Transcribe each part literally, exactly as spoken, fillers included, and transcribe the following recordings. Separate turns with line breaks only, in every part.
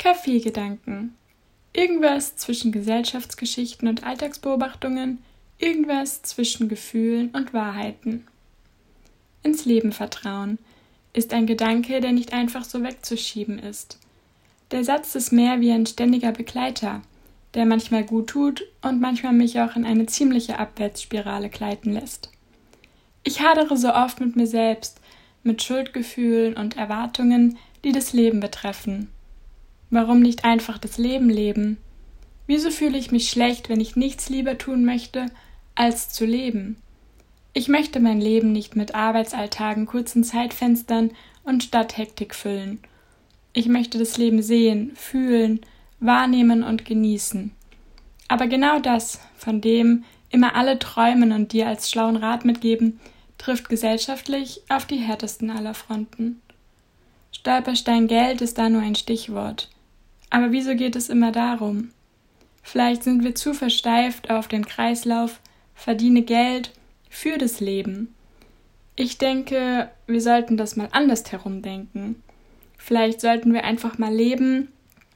Kaffeegedanken. Irgendwas zwischen Gesellschaftsgeschichten und Alltagsbeobachtungen, irgendwas zwischen Gefühlen und Wahrheiten. Ins Leben vertrauen ist ein Gedanke, der nicht einfach so wegzuschieben ist. Der Satz ist mehr wie ein ständiger Begleiter, der manchmal gut tut und manchmal mich auch in eine ziemliche Abwärtsspirale gleiten lässt. Ich hadere so oft mit mir selbst, mit Schuldgefühlen und Erwartungen, die das Leben betreffen. Warum nicht einfach das Leben leben? Wieso fühle ich mich schlecht, wenn ich nichts lieber tun möchte, als zu leben? Ich möchte mein Leben nicht mit Arbeitsalltagen, kurzen Zeitfenstern und Stadthektik füllen. Ich möchte das Leben sehen, fühlen, wahrnehmen und genießen. Aber genau das, von dem immer alle träumen und dir als schlauen Rat mitgeben, trifft gesellschaftlich auf die härtesten aller Fronten. Stolperstein Geld ist da nur ein Stichwort. Aber wieso geht es immer darum? Vielleicht sind wir zu versteift auf den Kreislauf, verdiene Geld für das Leben. Ich denke, wir sollten das mal andersherum denken. Vielleicht sollten wir einfach mal leben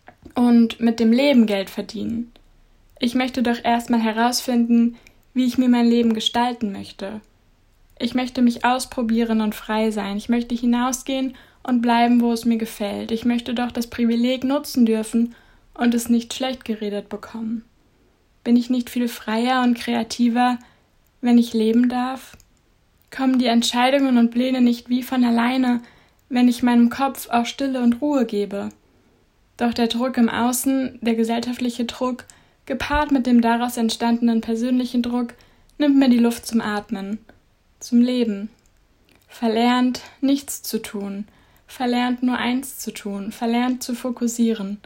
und mit dem Leben Geld verdienen. Ich möchte doch erstmal herausfinden, wie ich mir mein Leben gestalten möchte. Ich möchte mich ausprobieren und frei sein. Ich möchte hinausgehen und bleiben, wo es mir gefällt. Ich möchte doch das Privileg nutzen dürfen und es nicht schlecht geredet bekommen. Bin ich nicht viel freier und kreativer, wenn ich leben darf? Kommen die Entscheidungen und Pläne nicht wie von alleine, wenn ich meinem Kopf auch Stille und Ruhe gebe? Doch der Druck im Außen, der gesellschaftliche Druck, gepaart mit dem daraus entstandenen persönlichen Druck, nimmt mir die Luft zum Atmen, zum Leben. Verlernt, nichts zu tun, verlernt nur eins zu tun, verlernt zu fokussieren.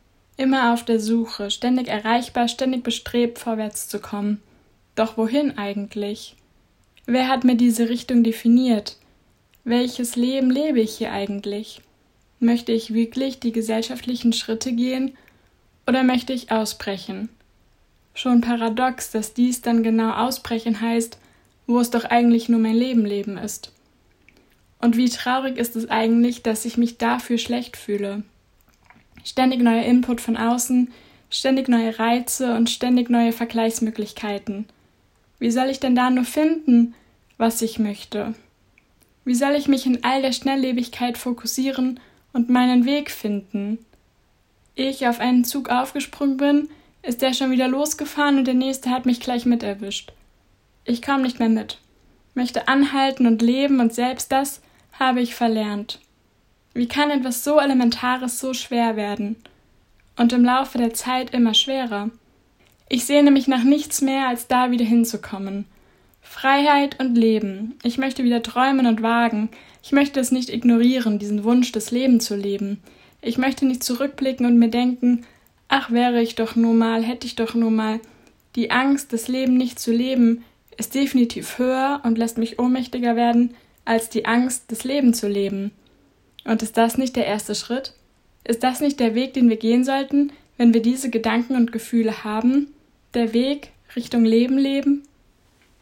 Immer auf der Suche, ständig erreichbar, ständig bestrebt, vorwärts zu kommen. Doch wohin eigentlich? Wer hat mir diese Richtung definiert? Welches Leben lebe ich hier eigentlich? Möchte ich wirklich die gesellschaftlichen Schritte gehen oder möchte ich ausbrechen? Schon paradox, dass dies dann genau ausbrechen heißt, wo es doch eigentlich nur mein Leben leben ist. Und wie traurig ist es eigentlich, dass ich mich dafür schlecht fühle. Ständig neuer Input von außen, ständig neue Reize und ständig neue Vergleichsmöglichkeiten. Wie soll ich denn da nur finden, was ich möchte? Wie soll ich mich in all der Schnelllebigkeit fokussieren und meinen Weg finden? Ehe ich auf einen Zug aufgesprungen bin, ist der schon wieder losgefahren und der nächste hat mich gleich mit erwischt. Ich komme nicht mehr mit, möchte anhalten und leben und selbst das habe ich verlernt. Wie kann etwas so Elementares so schwer werden? Und im Laufe der Zeit immer schwerer. Ich sehne mich nach nichts mehr, als da wieder hinzukommen. Freiheit und Leben. Ich möchte wieder träumen und wagen. Ich möchte es nicht ignorieren, diesen Wunsch, das Leben zu leben. Ich möchte nicht zurückblicken und mir denken, ach, wäre ich doch nur mal, hätte ich doch nur mal. Die Angst, das Leben nicht zu leben, ist definitiv höher und lässt mich ohnmächtiger werden, als die Angst, das Leben zu leben. Und ist das nicht der erste Schritt? Ist das nicht der Weg, den wir gehen sollten, wenn wir diese Gedanken und Gefühle haben? Der Weg Richtung Leben leben?